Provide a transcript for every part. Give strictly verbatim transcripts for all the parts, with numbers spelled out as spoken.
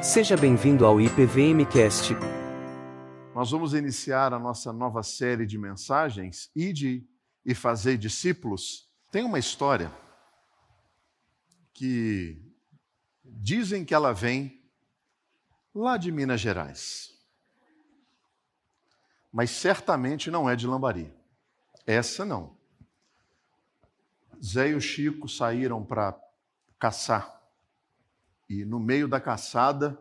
Seja bem-vindo ao I P V M Cast. Nós vamos iniciar a nossa nova série de mensagens, Ide e Fazei Discípulos. Tem uma história que dizem que ela vem lá de Minas Gerais, mas certamente não é de Lambari. Essa não. Zé e o Chico saíram para caçar. E no meio da caçada,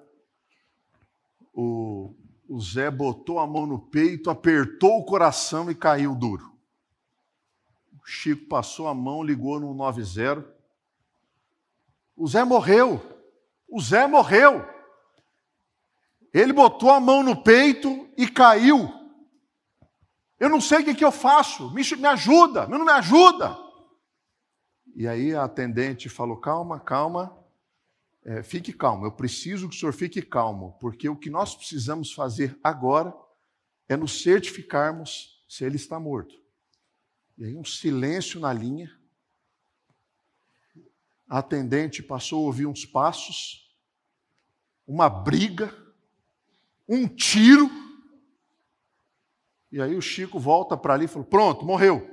o, o Zé botou a mão no peito, apertou o coração e caiu duro. O Chico passou a mão, ligou no nove zero. O Zé morreu. O Zé morreu. Ele botou a mão no peito e caiu. Eu não sei o que, que eu faço. Me, me ajuda, não me ajuda. E aí a atendente falou, calma, calma. É, fique calmo, eu preciso que o senhor fique calmo, porque o que nós precisamos fazer agora é nos certificarmos se ele está morto. E aí um silêncio na linha, a atendente passou a ouvir uns passos, uma briga, um tiro, e aí o Chico volta para ali e falou, pronto, morreu.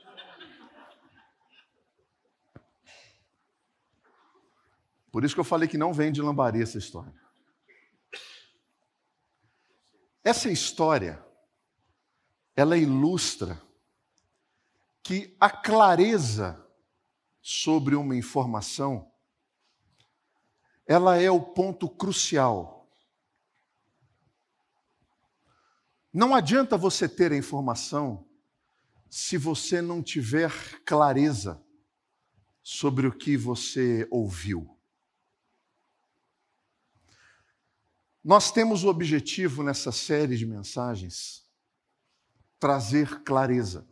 Por isso que eu falei que não vem de Lambari essa história. Essa história, ela ilustra que a clareza sobre uma informação, ela é o ponto crucial. Não adianta você ter a informação se você não tiver clareza sobre o que você ouviu. Nós temos o objetivo nessa série de mensagens trazer clareza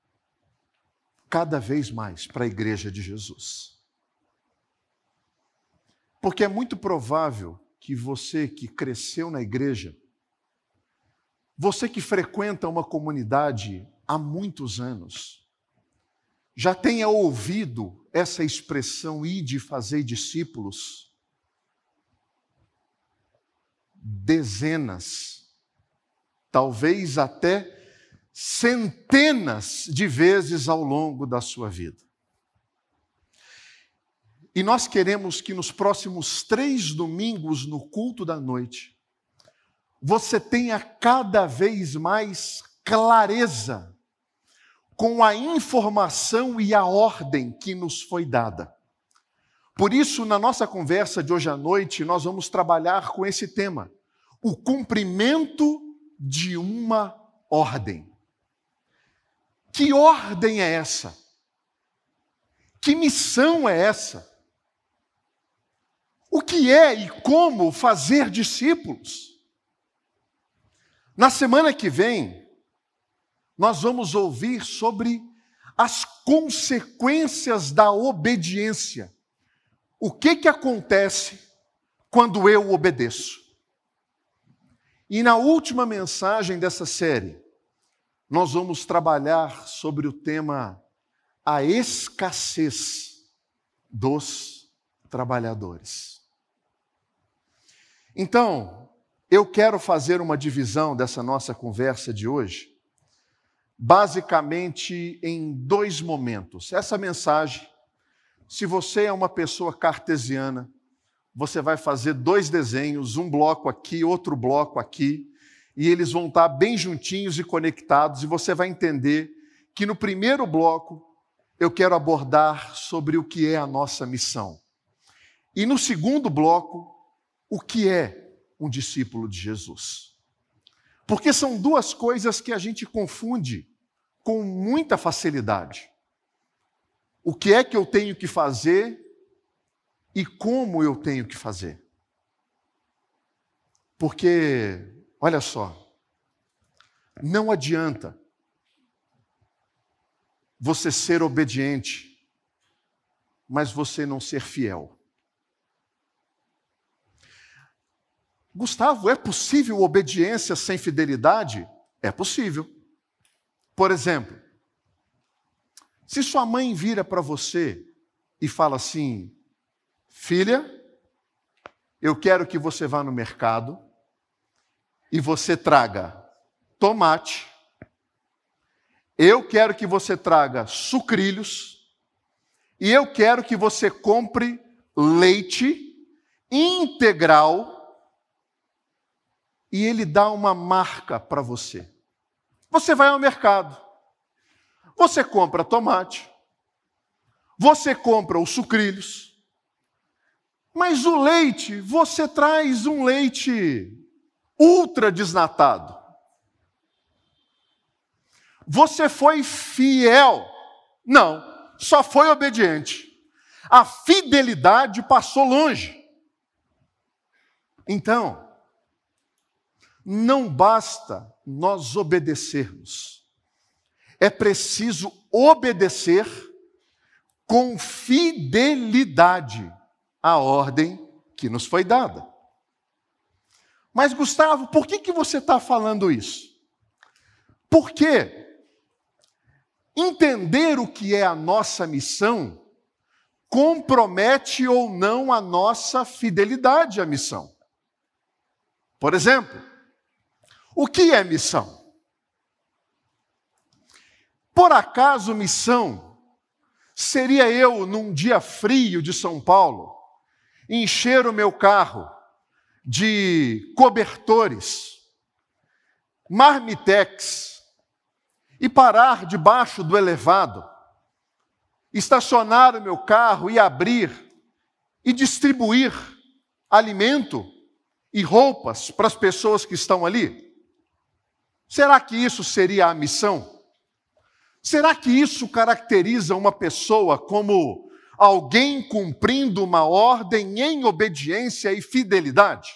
cada vez mais para a Igreja de Jesus. Porque é muito provável que você que cresceu na igreja, você que frequenta uma comunidade há muitos anos, já tenha ouvido essa expressão ide fazer discípulos dezenas, talvez até centenas de vezes ao longo da sua vida. E nós queremos que nos próximos três domingos no culto da noite, você tenha cada vez mais clareza com a informação e a ordem que nos foi dada. Por isso, na nossa conversa de hoje à noite, nós vamos trabalhar com esse tema, o cumprimento de uma ordem. Que ordem é essa? Que missão é essa? O que é e como fazer discípulos? Na semana que vem, nós vamos ouvir sobre as consequências da obediência. O que que acontece quando eu obedeço? E na última mensagem dessa série, nós vamos trabalhar sobre o tema a escassez dos trabalhadores. Então, eu quero fazer uma divisão dessa nossa conversa de hoje, basicamente em dois momentos. Essa mensagem, se você é uma pessoa cartesiana, você vai fazer dois desenhos, um bloco aqui, outro bloco aqui, e eles vão estar bem juntinhos e conectados, e você vai entender que no primeiro bloco eu quero abordar sobre o que é a nossa missão. E no segundo bloco, o que é um discípulo de Jesus. Porque são duas coisas que a gente confunde com muita facilidade. O que é que eu tenho que fazer e como eu tenho que fazer. Porque, olha só, não adianta você ser obediente, mas você não ser fiel. Gustavo, é possível obediência sem fidelidade? É possível. Por exemplo, se sua mãe vira para você e fala assim, filha, eu quero que você vá no mercado e você traga tomate, eu quero que você traga sucrilhos e eu quero que você compre leite integral, e ele dá uma marca para você. Você vai ao mercado, você compra tomate, você compra os sucrilhos, mas o leite, você traz um leite ultra desnatado. Você foi fiel? Não, só foi obediente. A fidelidade passou longe. Então, não basta nós obedecermos. É preciso obedecer com fidelidade à ordem que nos foi dada. Mas, Gustavo, por que, que você está falando isso? Porque entender o que é a nossa missão compromete ou não a nossa fidelidade à missão. Por exemplo, o que é missão? Por acaso missão seria eu, num dia frio de São Paulo, encher o meu carro de cobertores, marmitex, e parar debaixo do elevado, estacionar o meu carro e abrir e distribuir alimento e roupas para as pessoas que estão ali? Será que isso seria a missão? Será que isso caracteriza uma pessoa como alguém cumprindo uma ordem em obediência e fidelidade?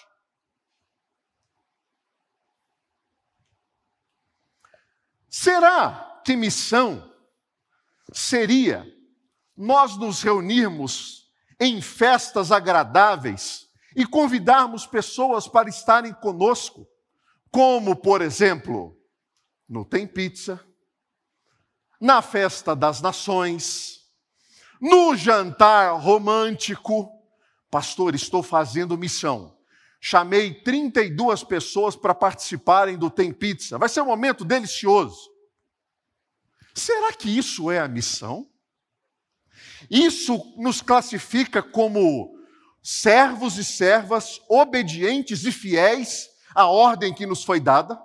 Será que missão seria nós nos reunirmos em festas agradáveis e convidarmos pessoas para estarem conosco, como, por exemplo, no Tem Pizza, na Festa das Nações, no jantar romântico? Pastor, estou fazendo missão. Chamei trinta e duas pessoas para participarem do Tem Pizza. Vai ser um momento delicioso. Será que isso é a missão? Isso nos classifica como servos e servas obedientes e fiéis à ordem que nos foi dada?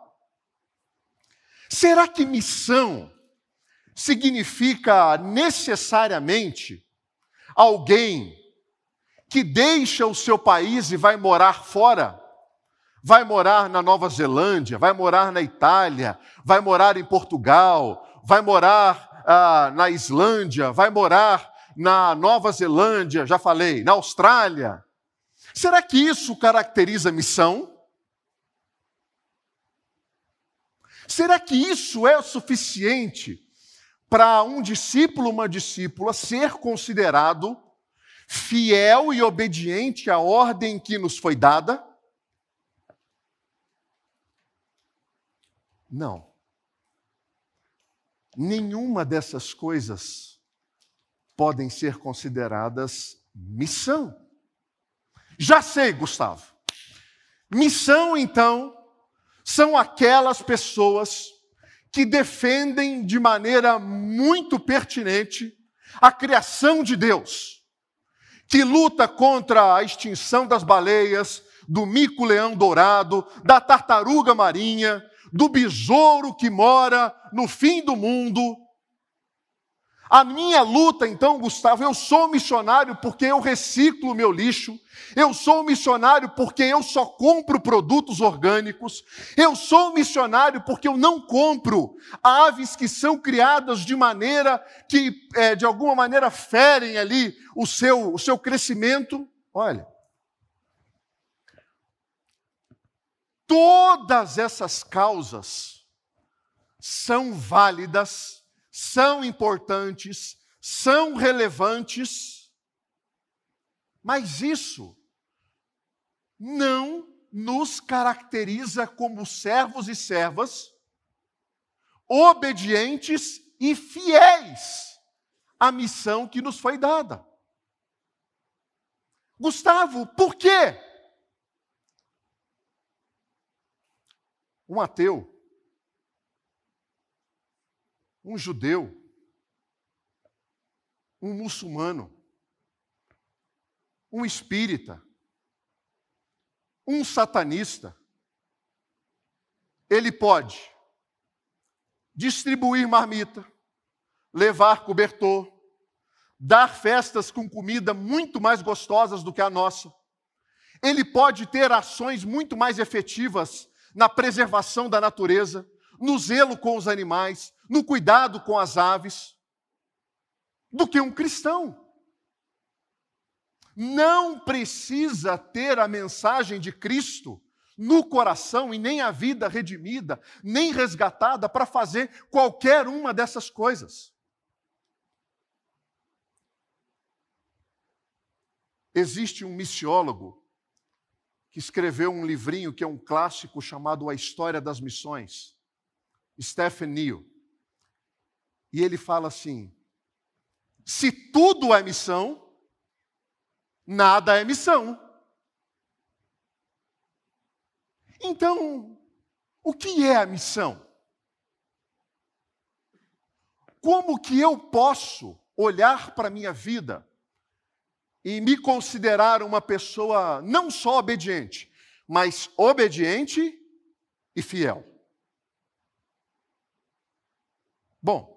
Será que missão significa necessariamente alguém que deixa o seu país e vai morar fora? Vai morar na Nova Zelândia, vai morar na Itália, vai morar em Portugal, vai morar ah, na Islândia, vai morar na Nova Zelândia, já falei, na Austrália. Será que isso caracteriza missão? Será que isso é o suficiente para um discípulo, uma discípula, ser considerado fiel e obediente à ordem que nos foi dada? Não. Nenhuma dessas coisas podem ser consideradas missão. Já sei, Gustavo. Missão, então, são aquelas pessoas que defendem de maneira muito pertinente a criação de Deus, que luta contra a extinção das baleias, do mico-leão dourado, da tartaruga marinha, do besouro que mora no fim do mundo. A minha luta, então, Gustavo, eu sou missionário porque eu reciclo o meu lixo, eu sou missionário porque eu só compro produtos orgânicos, eu sou missionário porque eu não compro aves que são criadas de maneira que, é, de alguma maneira, ferem ali o seu, o seu crescimento. Olha, todas essas causas são válidas, são importantes, são relevantes, mas isso não nos caracteriza como servos e servas obedientes e fiéis à missão que nos foi dada. Gustavo, por quê? um ateu, um judeu, um muçulmano, um espírita, um satanista, ele pode distribuir marmita, levar cobertor, dar festas com comida muito mais gostosas do que a nossa. Ele pode ter ações muito mais efetivas na preservação da natureza, no zelo com os animais, no cuidado com as aves, do que um cristão. Não precisa ter a mensagem de Cristo no coração e nem a vida redimida, nem resgatada para fazer qualquer uma dessas coisas. Existe um missiólogo que escreveu um livrinho que é um clássico chamado A História das Missões, Stephen Neill. E ele fala assim: se tudo é missão, nada é missão. Então, o que é a missão? Como que eu posso olhar para a minha vida e me considerar uma pessoa não só obediente, mas obediente e fiel? Bom,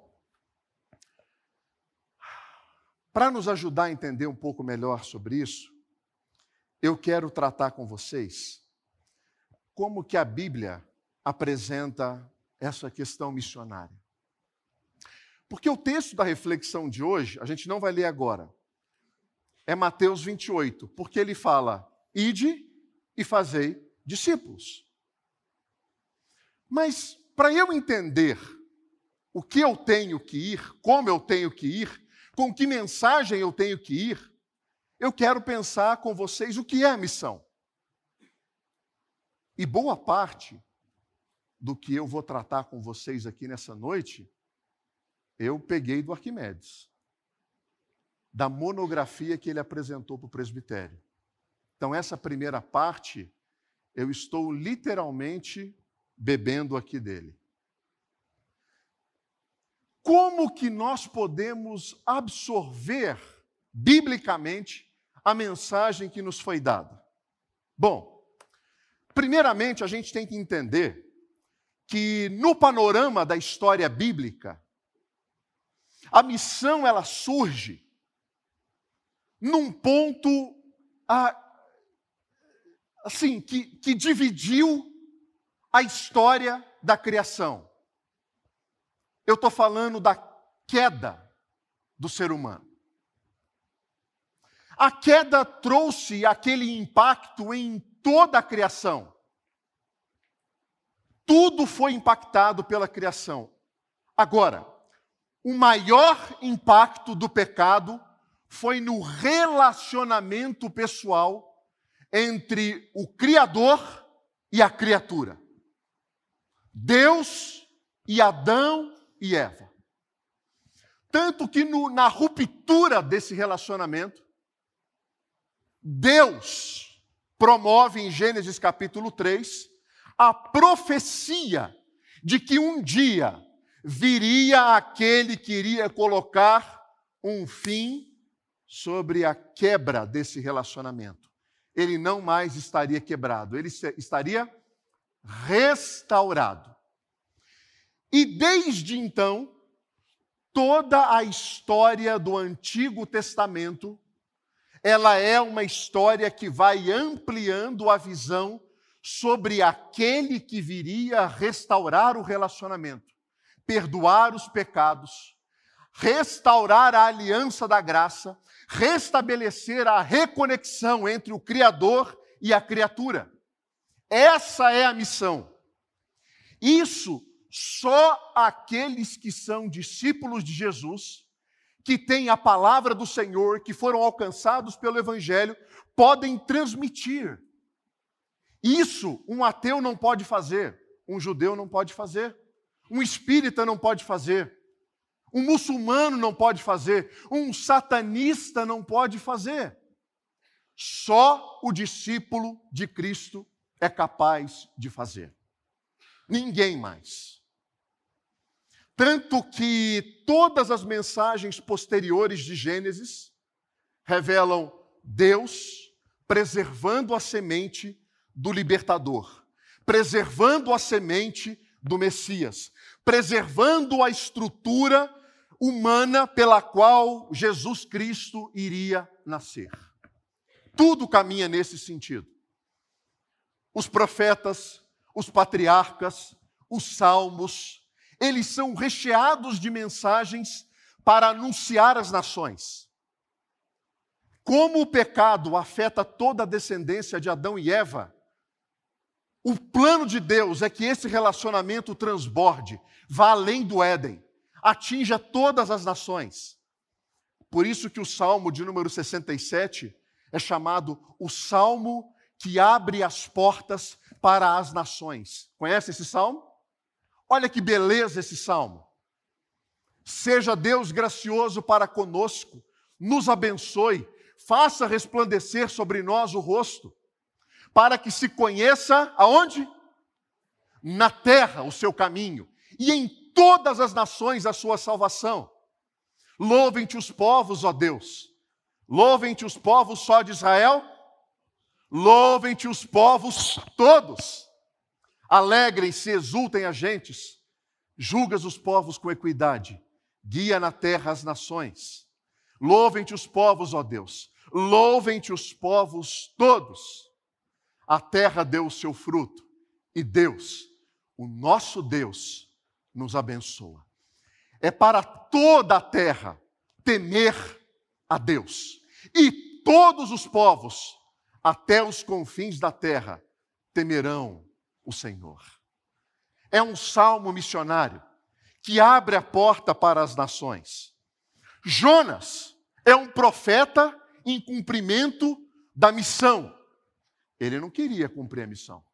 para nos ajudar a entender um pouco melhor sobre isso, eu quero tratar com vocês como que a Bíblia apresenta essa questão missionária. Porque o texto da reflexão de hoje, a gente não vai ler agora, é Mateus vinte e oito, porque ele fala: ide e fazei discípulos. Mas para eu entender o que eu tenho que ir, como eu tenho que ir, com que mensagem eu tenho que ir, eu quero pensar com vocês o que é a missão. E boa parte do que eu vou tratar com vocês aqui nessa noite, eu peguei do Arquimedes, da monografia que ele apresentou para o presbitério. Então, essa primeira parte, eu estou literalmente bebendo aqui dele. Como que nós podemos absorver biblicamente a mensagem que nos foi dada? Bom, primeiramente a gente tem que entender que no panorama da história bíblica, a missão ela surge num ponto assim, que, que dividiu a história da criação. Eu estou falando da queda do ser humano. A queda trouxe aquele impacto em toda a criação. Tudo foi impactado pela criação. Agora, o maior impacto do pecado foi no relacionamento pessoal entre o Criador e a criatura. Deus e Adão e Eva. Tanto que no, na ruptura desse relacionamento, Deus promove em Gênesis capítulo três a profecia de que um dia viria aquele que iria colocar um fim sobre a quebra desse relacionamento. Ele não mais estaria quebrado, ele estaria restaurado. E desde então, toda a história do Antigo Testamento, ela é uma história que vai ampliando a visão sobre aquele que viria restaurar o relacionamento, perdoar os pecados, restaurar a aliança da graça, restabelecer a reconexão entre o Criador e a criatura. Essa é a missão. Isso só aqueles que são discípulos de Jesus, que têm a palavra do Senhor, que foram alcançados pelo Evangelho, podem transmitir. Isso um ateu não pode fazer, um judeu não pode fazer, um espírita não pode fazer, um muçulmano não pode fazer, um satanista não pode fazer. Só o discípulo de Cristo é capaz de fazer. Ninguém mais. Tanto que todas as mensagens posteriores de Gênesis revelam Deus preservando a semente do libertador, preservando a semente do Messias, preservando a estrutura humana pela qual Jesus Cristo iria nascer. Tudo caminha nesse sentido. Os profetas, os patriarcas, os salmos, eles são recheados de mensagens para anunciar às nações. Como o pecado afeta toda a descendência de Adão e Eva, o plano de Deus é que esse relacionamento transborde, vá além do Éden, atinja todas as nações. Por isso que o Salmo de número sessenta e sete é chamado o Salmo que abre as portas para as nações. Conhece esse Salmo? Olha que beleza esse Salmo. Seja Deus gracioso para conosco, nos abençoe, faça resplandecer sobre nós o rosto, para que se conheça aonde? Na terra o seu caminho, e em todas as nações a sua salvação. Louvem-te os povos, ó Deus. Louvem-te os povos só de Israel. Louvem-te os povos todos. Alegrem-se, exultem as gentes. Julgas os povos com equidade. Guia na terra as nações. Louvem-te os povos, ó Deus. Louvem-te os povos todos. A terra deu o seu fruto. E Deus, o nosso Deus, nos abençoa. É para toda a terra temer a Deus. E todos os povos, até os confins da terra, temerão o Senhor. É um salmo missionário que abre a porta para as nações. Jonas é um profeta em cumprimento da missão. Ele não queria cumprir a missão.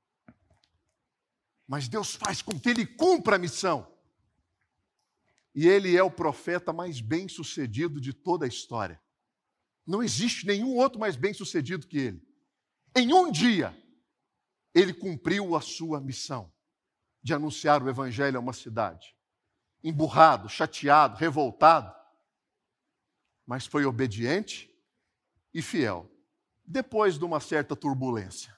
Mas Deus faz com que ele cumpra a missão. E ele é o profeta mais bem-sucedido de toda a história. Não existe nenhum outro mais bem-sucedido que ele. Em um dia, ele cumpriu a sua missão de anunciar o evangelho a uma cidade. Emburrado, chateado, revoltado, mas foi obediente e fiel, depois de uma certa turbulência.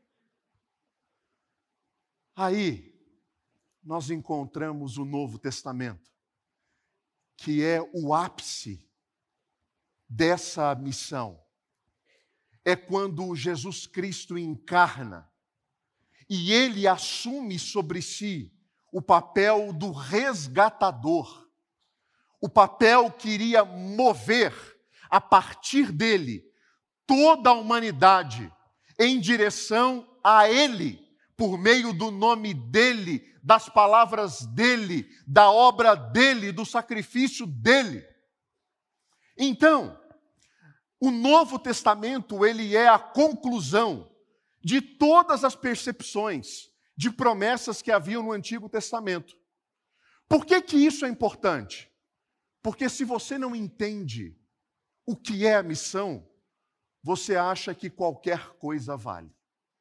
Aí, nós encontramos o Novo Testamento, que é o ápice dessa missão. É quando Jesus Cristo encarna e ele assume sobre si o papel do resgatador, o papel que iria mover a partir dele toda a humanidade em direção a ele, por meio do nome dele, das palavras dele, da obra dele, do sacrifício dele. Então, o Novo Testamento, ele é a conclusão de todas as percepções de promessas que haviam no Antigo Testamento. Por que que isso é importante? Porque se você não entende o que é a missão, você acha que qualquer coisa vale.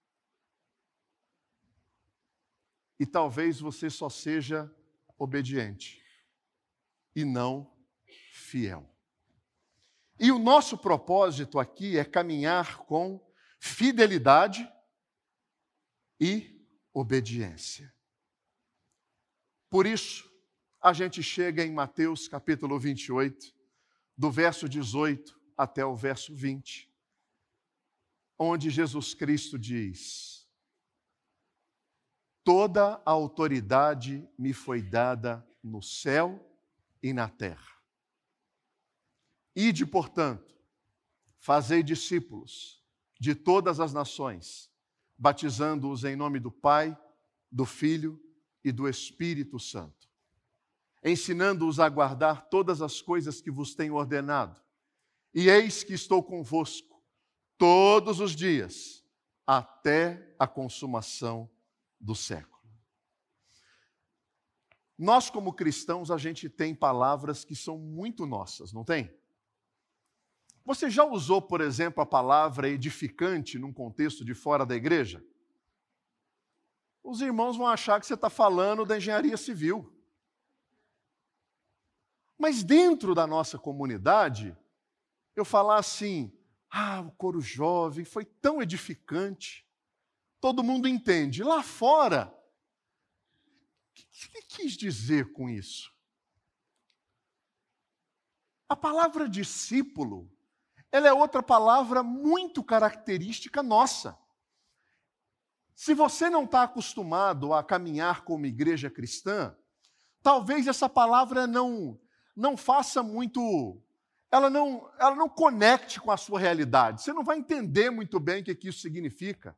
E talvez você só seja obediente e não fiel. E o nosso propósito aqui é caminhar com fidelidade e obediência. Por isso, a gente chega em Mateus capítulo vinte e oito, do verso dezoito até o verso vinte, onde Jesus Cristo diz: toda a autoridade me foi dada no céu e na terra. Ide, portanto, fazei discípulos de todas as nações, batizando-os em nome do Pai, do Filho e do Espírito Santo, ensinando-os a guardar todas as coisas que vos tenho ordenado. E eis que estou convosco todos os dias, até a consumação do século. Nós, como cristãos, a gente tem palavras que são muito nossas, não tem? Você já usou, por exemplo, a palavra edificante num contexto de fora da igreja? os irmãos vão achar que você está falando da engenharia civil. Mas dentro da nossa comunidade, eu falar assim, ah, o coro jovem foi tão edificante, todo mundo entende. Lá fora, o que ele quis dizer com isso? A palavra discípulo, ela é outra palavra muito característica nossa. Se você não está acostumado a caminhar como igreja cristã, talvez essa palavra não, não faça muito, ela não, ela não conecte com a sua realidade. Você não vai entender muito bem o que, que isso significa.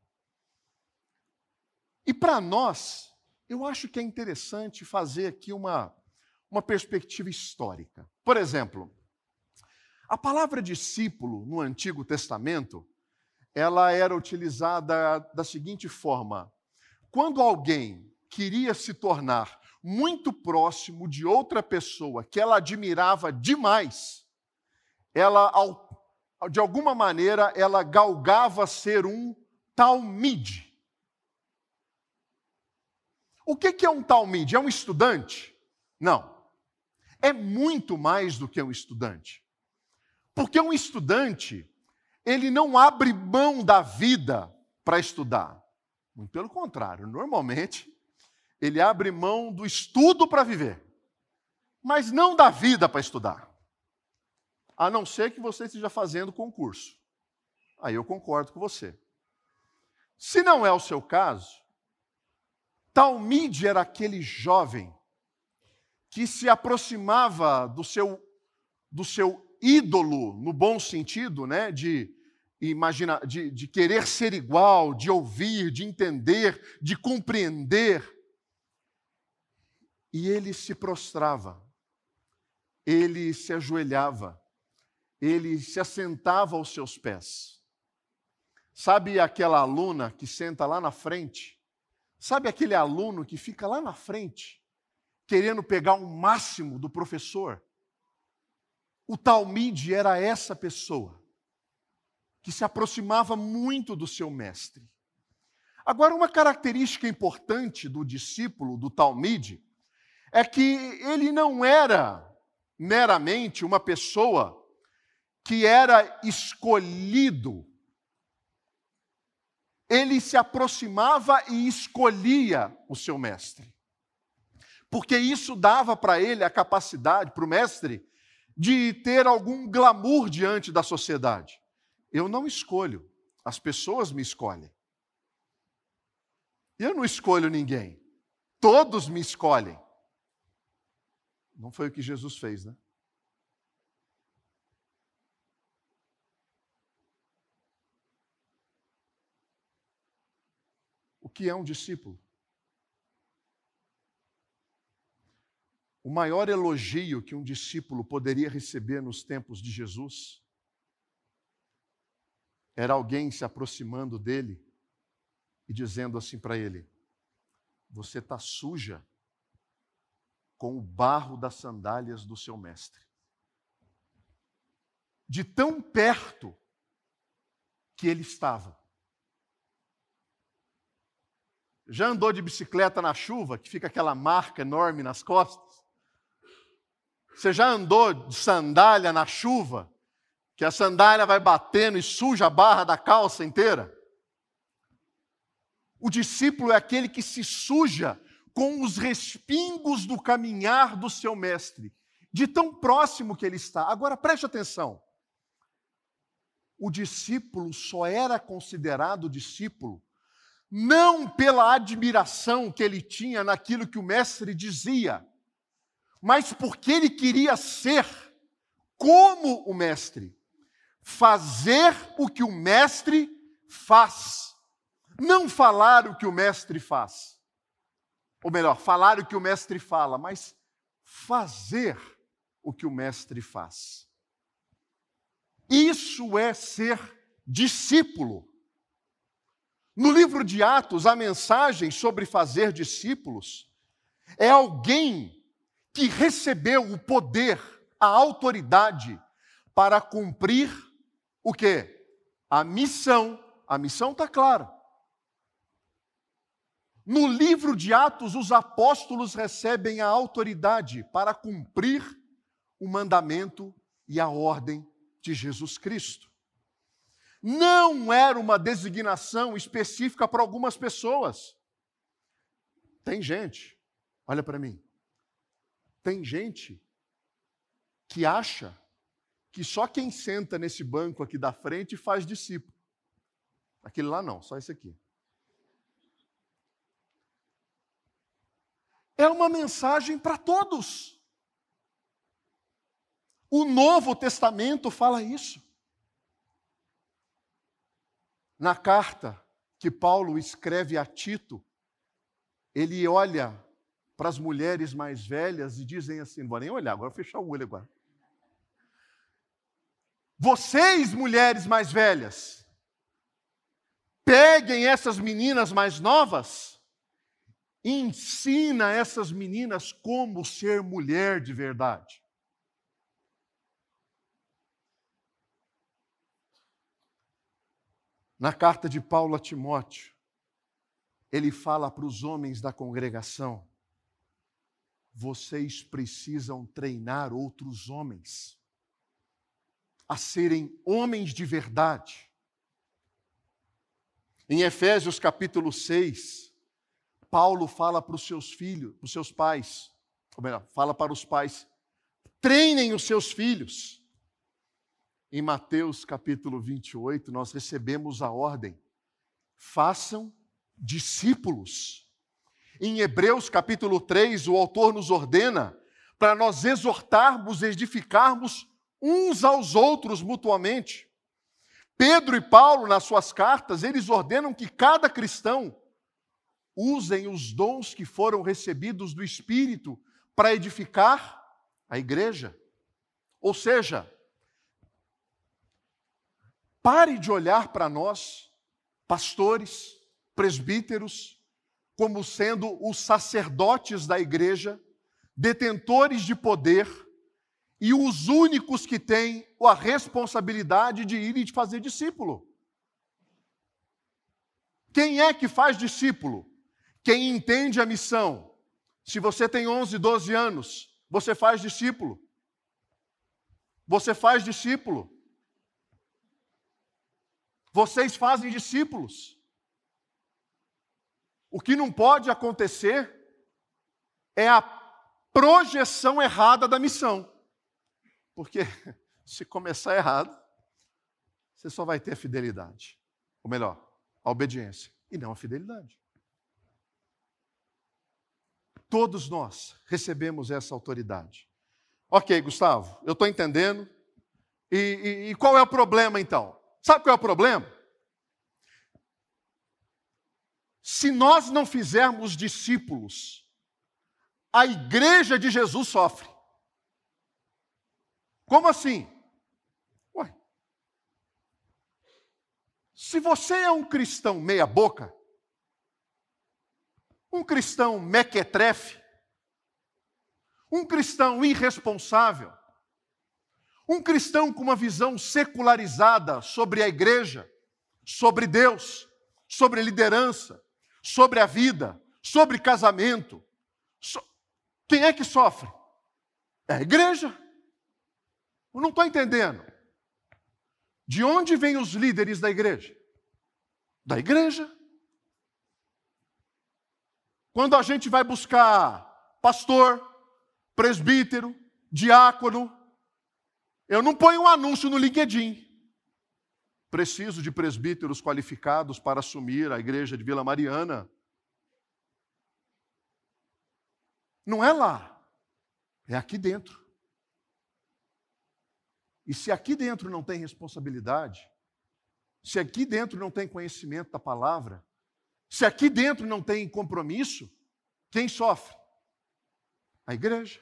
E para nós, eu acho que é interessante fazer aqui uma, uma perspectiva histórica. Por exemplo, a palavra discípulo no Antigo Testamento, ela era utilizada da seguinte forma: quando alguém queria se tornar muito próximo de outra pessoa que ela admirava demais, ela, de alguma maneira, ela galgava ser um talmide. O que é um talmide? É um estudante? Não. É muito mais do que um estudante. Porque um estudante, ele não abre mão da vida para estudar. Muito pelo contrário, normalmente, ele abre mão do estudo para viver, mas não da vida para estudar. A não ser que você esteja fazendo concurso. Aí eu concordo com você. Se não é o seu caso, talmide era aquele jovem que se aproximava do seu, do seu ídolo, no bom sentido, né, de, imagina, de, de querer ser igual, de ouvir, de entender, de compreender. E ele se prostrava, ele se ajoelhava, ele se assentava aos seus pés. Sabe aquela aluna que senta lá na frente? Sabe aquele aluno que fica lá na frente, querendo pegar o máximo do professor? O talmide era essa pessoa, que se aproximava muito do seu mestre. Agora, uma característica importante do discípulo, do talmide, é que ele não era meramente uma pessoa que era escolhido. Ele se aproximava e escolhia o seu mestre. Porque isso dava para ele a capacidade, para o mestre, de ter algum glamour diante da sociedade. Eu não escolho, as pessoas me escolhem. Eu não escolho ninguém, todos me escolhem. Não foi o que Jesus fez, né? O que é um discípulo? O maior elogio que um discípulo poderia receber nos tempos de Jesus era alguém se aproximando dele e dizendo assim para ele: você está suja com o barro das sandálias do seu mestre. De tão perto que ele estava. Já andou de bicicleta na chuva, que fica aquela marca enorme nas costas? Você já andou de sandália na chuva, que a sandália vai batendo e suja a barra da calça inteira? O discípulo é aquele que se suja com os respingos do caminhar do seu mestre, de tão próximo que ele está. Agora, preste atenção. O discípulo só era considerado discípulo não pela admiração que ele tinha naquilo que o mestre dizia, mas porque ele queria ser como o mestre, fazer o que o mestre faz, não falar o que o mestre faz. Ou melhor, falar o que o mestre fala, mas fazer o que o mestre faz. Isso é ser discípulo. No livro de Atos, a mensagem sobre fazer discípulos é alguém que recebeu o poder, a autoridade para cumprir o quê? A missão. A missão está clara. No livro de Atos, os apóstolos recebem a autoridade para cumprir o mandamento e a ordem de Jesus Cristo. Não era uma designação específica para algumas pessoas. Tem gente, olha para mim, tem gente que acha que só quem senta nesse banco aqui da frente faz discípulo. Aquele lá não, só esse aqui. É uma mensagem para todos. O Novo Testamento fala isso. Na carta que Paulo escreve a Tito, ele olha para as mulheres mais velhas e dizem assim, não vou nem olhar, agora vou fechar o olho agora. Vocês, mulheres mais velhas, peguem essas meninas mais novas e ensina essas meninas como ser mulher de verdade. Na carta de Paulo a Timóteo, ele fala para os homens da congregação: vocês precisam treinar outros homens a serem homens de verdade. Em Efésios capítulo seis, Paulo fala para os seus filhos, para os seus pais, ou melhor, fala para os pais, treinem os seus filhos. Em Mateus capítulo vinte e oito, nós recebemos a ordem: façam discípulos. Em Hebreus capítulo três, o autor nos ordena para nós exortarmos e edificarmos uns aos outros mutuamente. Pedro e Paulo, nas suas cartas, eles ordenam que cada cristão usem os dons que foram recebidos do Espírito para edificar a igreja. Ou seja, pare de olhar para nós, pastores, presbíteros, como sendo os sacerdotes da igreja, detentores de poder e os únicos que têm a responsabilidade de ir e de fazer discípulo. Quem é que faz discípulo? Quem entende a missão. Se você tem onze, doze anos, você faz discípulo. Você faz discípulo. Vocês fazem discípulos. O que não pode acontecer é a projeção errada da missão. Porque se começar errado, você só vai ter a fidelidade. Ou melhor, a obediência e não a fidelidade. Todos nós recebemos essa autoridade. Ok, Gustavo, eu estou entendendo. E, e, e qual é o problema então? Sabe qual é o problema? Se nós não fizermos discípulos, a igreja de Jesus sofre. Como assim? Ué, se você é um cristão meia boca, um cristão mequetrefe, um cristão irresponsável, um cristão com uma visão secularizada sobre a igreja, sobre Deus, sobre liderança, sobre a vida, sobre casamento. So... Quem é que sofre? É a igreja. Eu não estou entendendo. De onde vêm os líderes da igreja? Da igreja. Quando a gente vai buscar pastor, presbítero, diácono, eu não ponho um anúncio no LinkedIn. Preciso de presbíteros qualificados para assumir a igreja de Vila Mariana. Não é lá, é aqui dentro. E se aqui dentro não tem responsabilidade, se aqui dentro não tem conhecimento da palavra, se aqui dentro não tem compromisso, quem sofre? A igreja.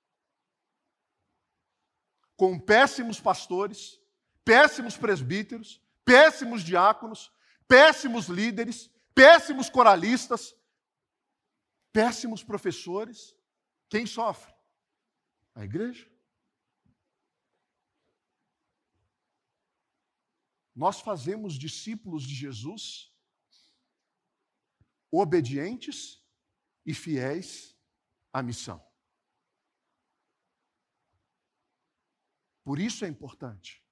Com péssimos pastores, péssimos presbíteros, péssimos diáconos, péssimos líderes, péssimos coralistas, péssimos professores. Quem sofre? A igreja. Nós fazemos discípulos de Jesus obedientes e fiéis à missão. Por isso é importante.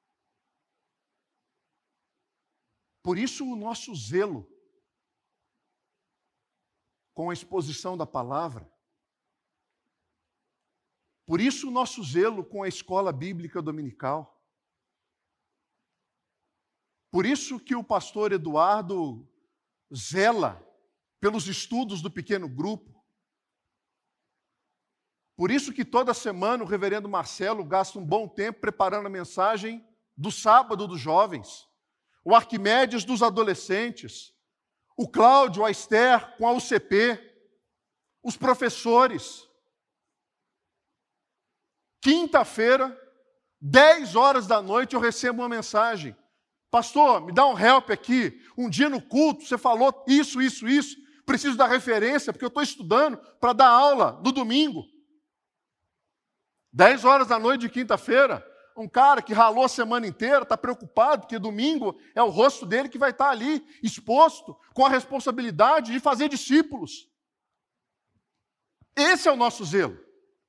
Por isso o nosso zelo com a exposição da palavra. Por isso o nosso zelo com a escola bíblica dominical. Por isso que o pastor Eduardo zela pelos estudos do pequeno grupo. Por isso que toda semana o reverendo Marcelo gasta um bom tempo preparando a mensagem do sábado dos jovens, o Arquimedes dos adolescentes, o Cláudio, a Esther com a U C P, os professores. Quinta-feira, dez horas da noite, eu recebo uma mensagem. Pastor, me dá um help aqui. Um dia no culto você falou isso, isso, isso. Preciso da referência, porque eu estou estudando para dar aula no domingo. Dez horas da noite de quinta-feira, um cara que ralou a semana inteira, está preocupado, porque domingo é o rosto dele que vai estar ali, exposto, com a responsabilidade de fazer discípulos. Esse é o nosso zelo.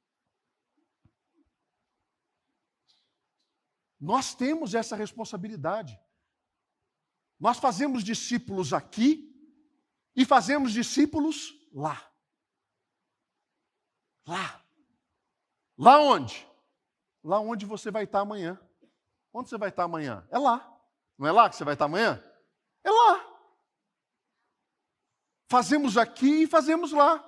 Nós temos essa responsabilidade. Nós fazemos discípulos aqui e fazemos discípulos lá. Lá. Lá onde? Lá onde você vai estar amanhã. Onde você vai estar amanhã? É lá. Não é lá que você vai estar amanhã? É lá. Fazemos aqui e fazemos lá.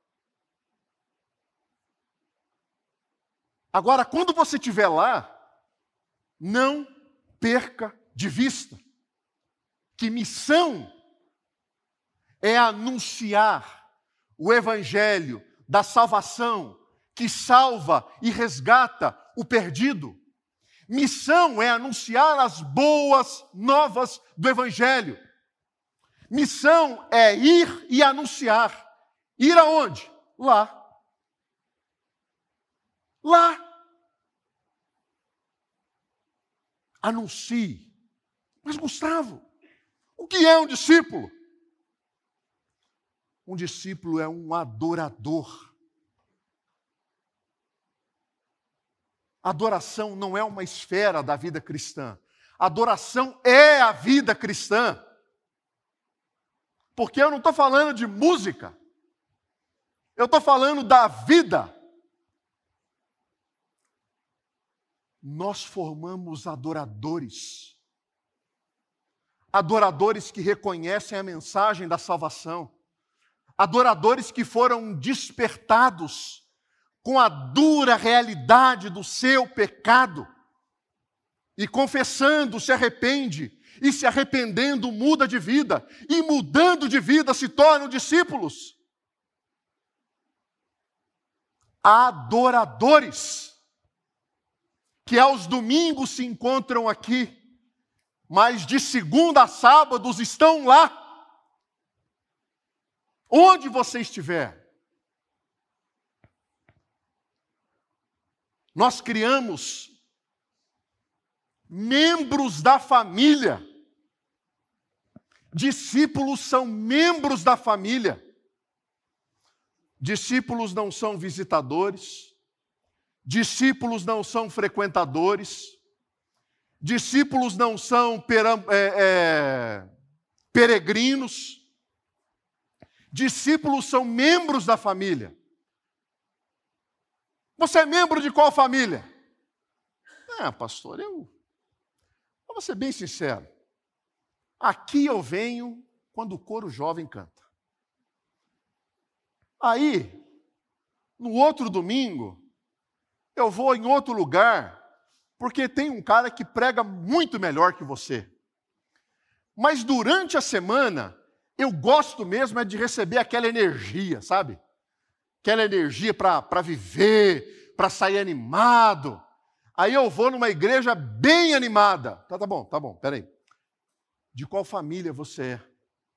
Agora, quando você estiver lá, não perca de vista que missão é anunciar o evangelho da salvação que salva e resgata o perdido. Missão é anunciar as boas novas do evangelho. Missão é ir e anunciar. Ir aonde? Lá. Lá. Anuncie. Mas, Gustavo, o que é um discípulo? Um discípulo é um adorador. Adoração não é uma esfera da vida cristã. Adoração é a vida cristã. Porque eu não estou falando de música. Eu estou falando da vida. Nós formamos adoradores. Adoradores que reconhecem a mensagem da salvação. Adoradores que foram despertados com a dura realidade do seu pecado, e confessando, se arrepende, e se arrependendo muda de vida, e mudando de vida se tornam discípulos. Adoradores, que aos domingos se encontram aqui, mas de segunda a sábados estão lá. Onde você estiver. Nós criamos membros da família. Discípulos são membros da família. Discípulos não são visitadores. Discípulos não são frequentadores. Discípulos não são peram, é, é, peregrinos. Discípulos são membros da família. Você é membro de qual família? Ah, pastor, eu... Vou ser bem sincero. Aqui eu venho quando o coro jovem canta. Aí, no outro domingo, eu vou em outro lugar, porque tem um cara que prega muito melhor que você. Mas durante a semana, eu gosto mesmo é de receber aquela energia, sabe? Aquela energia para viver, para sair animado. Aí eu vou numa igreja bem animada. Tá, tá bom, tá bom, peraí. De qual família você é?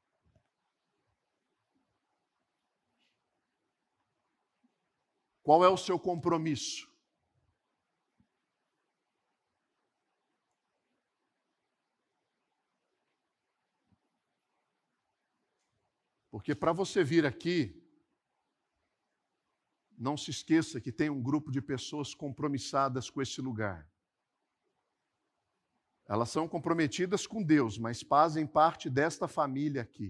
Qual é o seu compromisso? Porque para você vir aqui, não se esqueça que tem um grupo de pessoas compromissadas com esse lugar. Elas são comprometidas com Deus, mas fazem parte desta família aqui.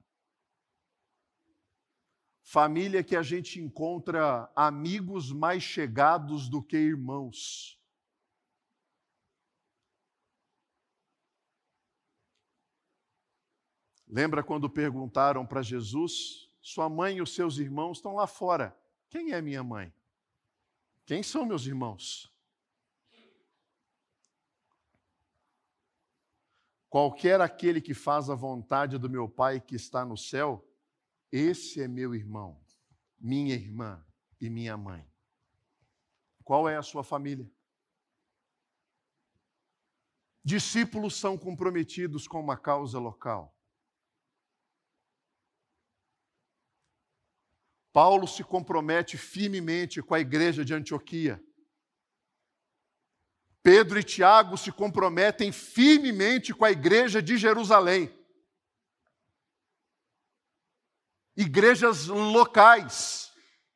Família que a gente encontra amigos mais chegados do que irmãos. Lembra quando perguntaram para Jesus, sua mãe e os seus irmãos estão lá fora. Quem é minha mãe? Quem são meus irmãos? Qualquer aquele que faz a vontade do meu Pai que está no céu, esse é meu irmão, minha irmã e minha mãe. Qual é a sua família? Discípulos são comprometidos com uma causa local. Paulo se compromete firmemente com a igreja de Antioquia. Pedro e Tiago se comprometem firmemente com a igreja de Jerusalém. Igrejas locais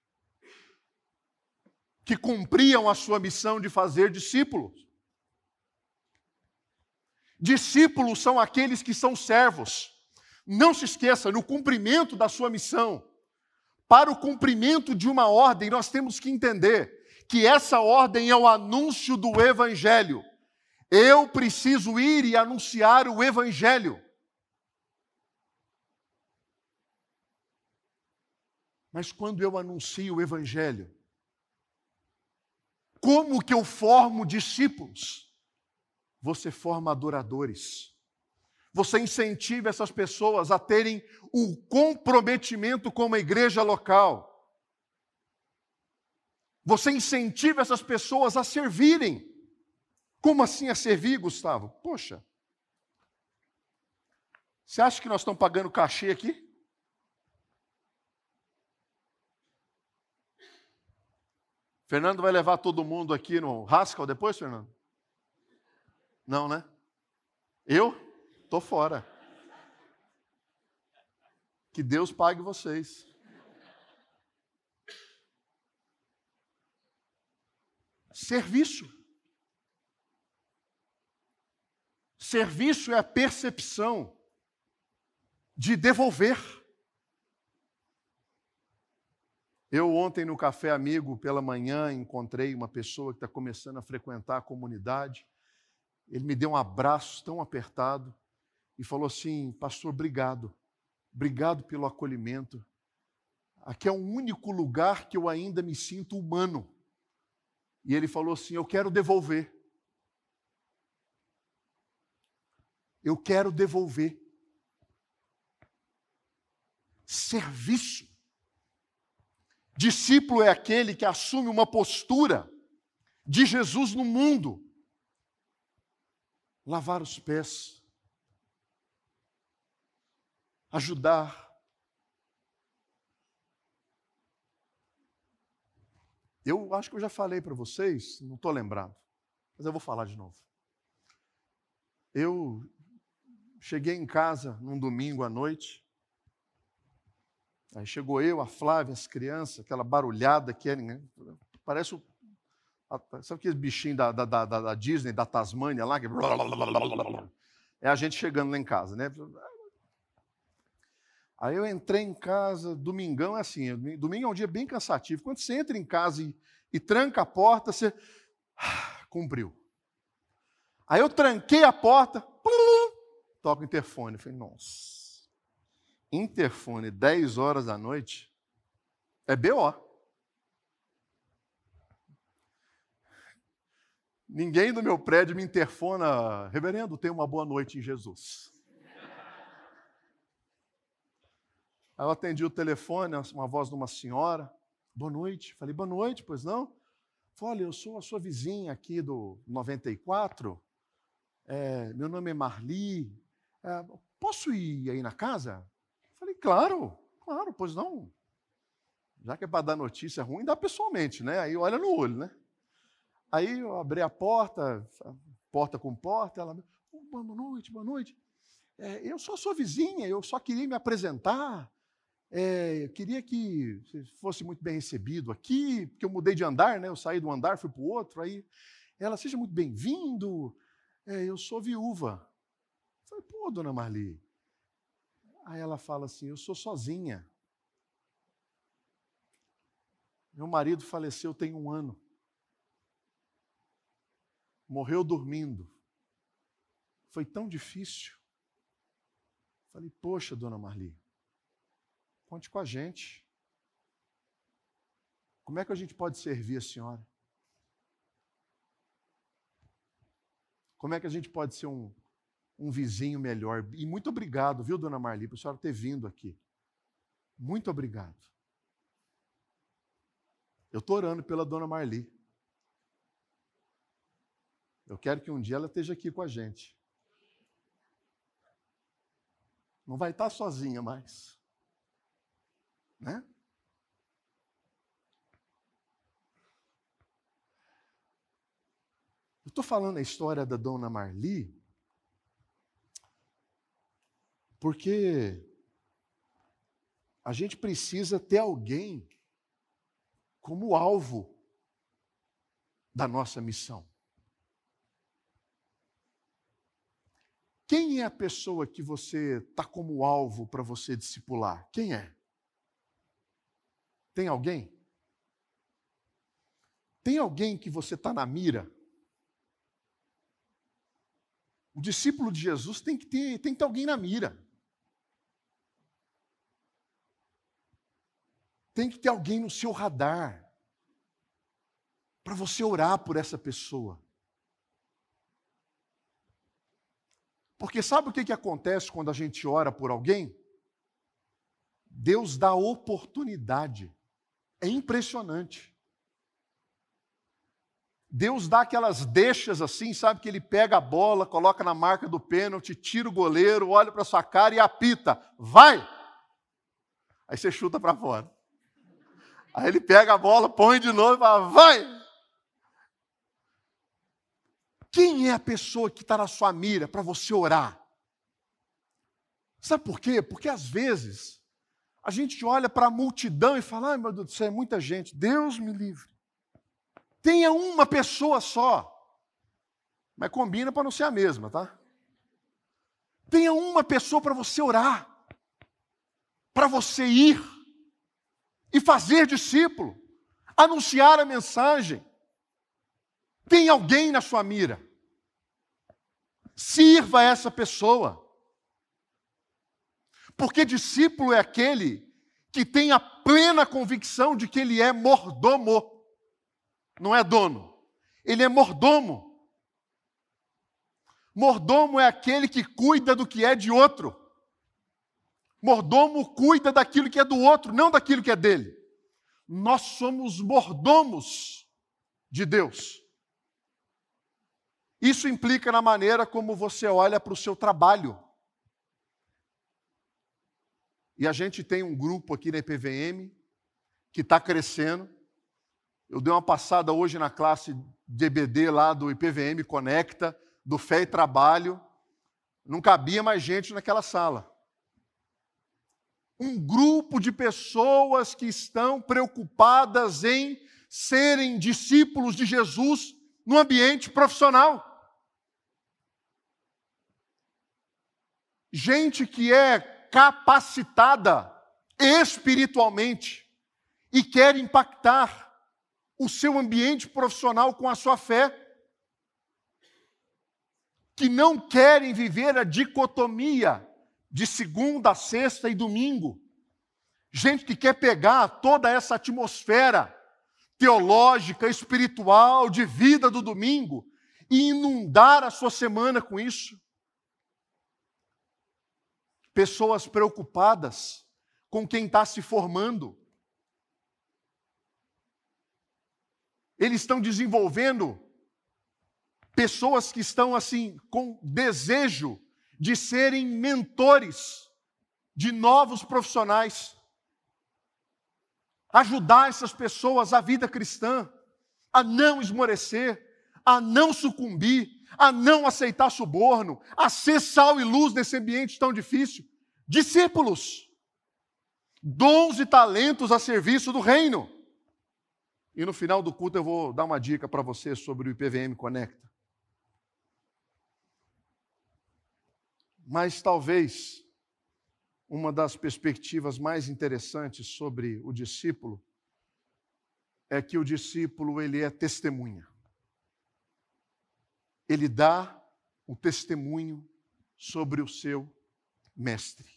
que cumpriam a sua missão de fazer discípulos. Discípulos são aqueles que são servos. Não se esqueça, no cumprimento da sua missão, para o cumprimento de uma ordem, nós temos que entender que essa ordem é o anúncio do Evangelho. Eu preciso ir e anunciar o Evangelho. Mas quando eu anuncio o Evangelho, como que eu formo discípulos? Você forma adoradores. Você incentiva essas pessoas a terem o comprometimento com a igreja local. Você incentiva essas pessoas a servirem. Como assim a servir, Gustavo? Poxa, você acha que nós estamos pagando cachê aqui? Fernando vai levar todo mundo aqui no Haskell depois, Fernando? Não, né? Eu? Estou fora. Que Deus pague vocês. Serviço. Serviço é a percepção de devolver. Eu ontem no Café Amigo, pela manhã, encontrei uma pessoa que está começando a frequentar a comunidade. Ele me deu um abraço tão apertado e falou assim, pastor, obrigado. Obrigado pelo acolhimento. Aqui é o único lugar que eu ainda me sinto humano. E ele falou assim, eu quero devolver. Eu quero devolver. Serviço. Discípulo é aquele que assume uma postura de Jesus no mundo. Lavar os pés. Ajudar. Eu acho que eu já falei para vocês, não estou lembrado, mas eu vou falar de novo. Eu cheguei em casa num domingo à noite, aí chegou eu, a Flávia, as crianças, aquela barulhada que é, né? Parece o... Sabe aqueles bichinhos da, da, da, da Disney, da Tasmânia lá? Que... É a gente chegando lá em casa, né? Aí eu entrei em casa, domingão é assim, domingo é um dia bem cansativo. Quando você entra em casa e, e tranca a porta, você ah, cumpriu. Aí eu tranquei a porta, plum, toco o interfone. Eu falei, nossa, interfone, dez horas da noite, é B O. Ninguém do meu prédio me interfona, reverendo, tenha uma boa noite em Jesus. Aí eu atendi o telefone, uma voz de uma senhora. Boa noite. Falei, boa noite, pois não? Falei, olha, eu sou a sua vizinha aqui do noventa e quatro. É, meu nome é Marli. É, posso ir aí na casa? Falei, claro, claro, pois não. Já que é para dar notícia ruim, dá pessoalmente, né? Aí olha no olho, né? Aí eu abri a porta, porta com porta, ela, boa noite, boa noite. É, eu sou a sua vizinha, eu só queria me apresentar. é, eu queria que você fosse muito bem recebido aqui, porque eu mudei de andar, né? Eu saí do andar, fui para o outro, aí ela, seja muito bem-vindo, é, eu sou viúva. Eu falei, pô, dona Marli. Aí ela fala assim, eu sou sozinha. Meu marido faleceu tem um ano. Morreu dormindo. Foi tão difícil. Falei, poxa, dona Marli, conte com a gente. Como é que a gente pode servir a senhora? Como é que a gente pode ser um, um vizinho melhor? E muito obrigado, viu, dona Marli, por a senhora ter vindo aqui. Muito obrigado. Eu estou orando pela dona Marli. Eu quero que um dia ela esteja aqui com a gente. Não vai estar sozinha mais. Né? Eu estou falando a história da dona Marli porque a gente precisa ter alguém como alvo da nossa missão. Quem é a pessoa que você está como alvo para você discipular? Quem é? Tem alguém? Tem alguém que você está na mira? O discípulo de Jesus tem que ter, tem que ter alguém na mira. Tem que ter alguém no seu radar para você orar por essa pessoa. Porque sabe o que, que acontece quando a gente ora por alguém? Deus dá oportunidade. É impressionante. Deus dá aquelas deixas assim, sabe, que ele pega a bola, coloca na marca do pênalti, tira o goleiro, olha para sua cara e apita. Vai! Aí você chuta para fora. Aí ele pega a bola, põe de novo e fala, vai! Quem é a pessoa que está na sua mira para você orar? Sabe por quê? Porque às vezes a gente olha para a multidão e fala, ai meu Deus do céu, é muita gente, Deus me livre. Tenha uma pessoa só, mas combina para não ser a mesma, tá? Tenha uma pessoa para você orar, para você ir e fazer discípulo, anunciar a mensagem. Tem alguém na sua mira. Sirva essa pessoa. Porque discípulo é aquele que tem a plena convicção de que ele é mordomo. Não é dono. Ele é mordomo. Mordomo é aquele que cuida do que é de outro. Mordomo cuida daquilo que é do outro, não daquilo que é dele. Nós somos mordomos de Deus. Isso implica na maneira como você olha para o seu trabalho. E a gente tem um grupo aqui na I P V M que está crescendo. Eu dei uma passada hoje na classe de E B D lá do I P V M Conecta, do Fé e Trabalho. Não cabia mais gente naquela sala. Um grupo de pessoas que estão preocupadas em serem discípulos de Jesus no ambiente profissional. Gente que é capacitada espiritualmente e quer impactar o seu ambiente profissional com a sua fé. Que não querem viver a dicotomia de segunda, sexta e domingo. Gente que quer pegar toda essa atmosfera teológica, espiritual, de vida do domingo e inundar a sua semana com isso. Pessoas preocupadas com quem está se formando. Eles estão desenvolvendo pessoas que estão assim com desejo de serem mentores de novos profissionais. Ajudar essas pessoas à vida cristã, a não esmorecer, a não sucumbir, a não aceitar suborno, a ser sal e luz nesse ambiente tão difícil. Discípulos. Dons e talentos a serviço do reino. E no final do culto eu vou dar uma dica para você sobre o I P V M Conecta. Mas talvez uma das perspectivas mais interessantes sobre o discípulo é que o discípulo ele é testemunha. Ele dá o testemunho sobre o seu mestre.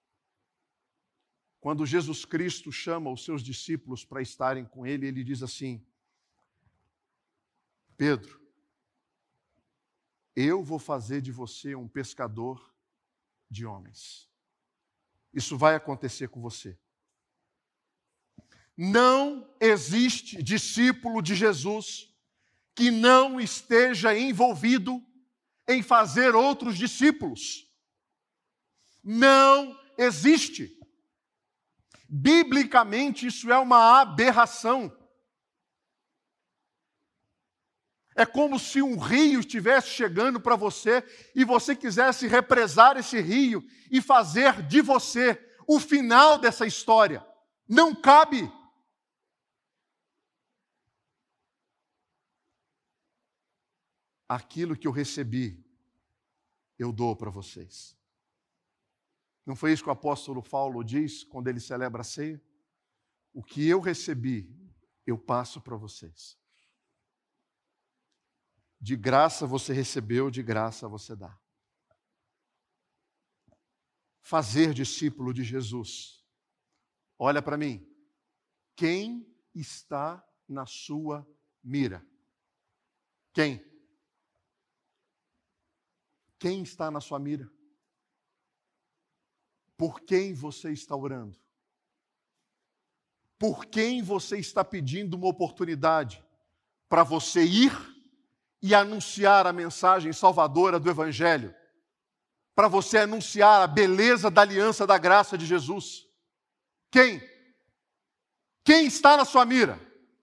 Quando Jesus Cristo chama os seus discípulos para estarem com ele, ele diz assim: Pedro, eu vou fazer de você um pescador de homens. Isso vai acontecer com você. Não existe discípulo de Jesus que não esteja envolvido em fazer outros discípulos. Não existe. Biblicamente, isso é uma aberração. É como se um rio estivesse chegando para você e você quisesse represar esse rio e fazer de você o final dessa história. Não cabe. Aquilo que eu recebi, eu dou para vocês. Não foi isso que o apóstolo Paulo diz quando ele celebra a ceia? O que eu recebi, eu passo para vocês. De graça você recebeu, de graça você dá. Fazer discípulo de Jesus. Olha para mim. Quem está na sua mira? Quem? Quem está na sua mira? Por quem você está orando? Por quem você está pedindo uma oportunidade para você ir e anunciar a mensagem salvadora do Evangelho? Para você anunciar a beleza da aliança da graça de Jesus? Quem? Quem está na sua mira?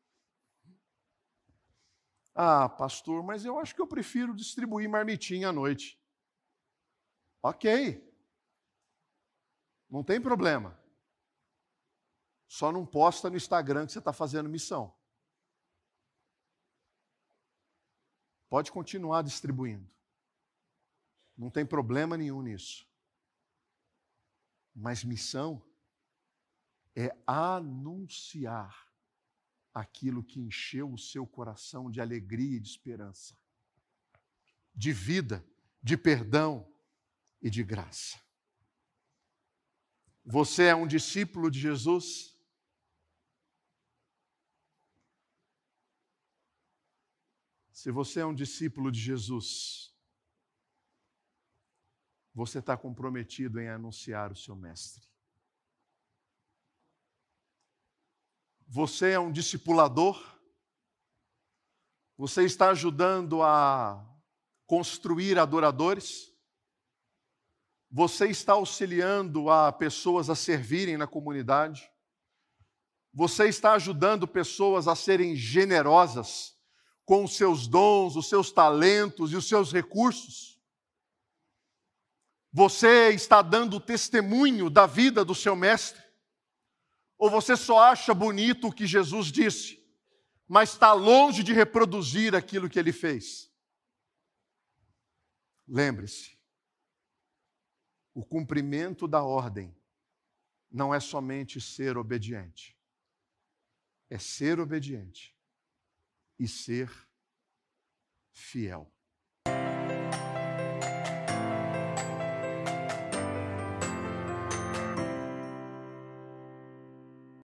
Ah, pastor, mas eu acho que eu prefiro distribuir marmitinha à noite. Ok. Não tem problema. Só não posta no Instagram que você está fazendo missão. Pode continuar distribuindo. Não tem problema nenhum nisso. Mas missão é anunciar aquilo que encheu o seu coração de alegria e de esperança, de vida, de perdão e de graça. Você é um discípulo de Jesus? Se você é um discípulo de Jesus, você está comprometido em anunciar o seu mestre. Você é um discipulador? Você está ajudando a construir adoradores? Você está auxiliando a pessoas a servirem na comunidade? Você está ajudando pessoas a serem generosas com os seus dons, os seus talentos e os seus recursos? Você está dando testemunho da vida do seu mestre? Ou você só acha bonito o que Jesus disse, mas está longe de reproduzir aquilo que ele fez? Lembre-se, o cumprimento da ordem não é somente ser obediente, é ser obediente e ser fiel.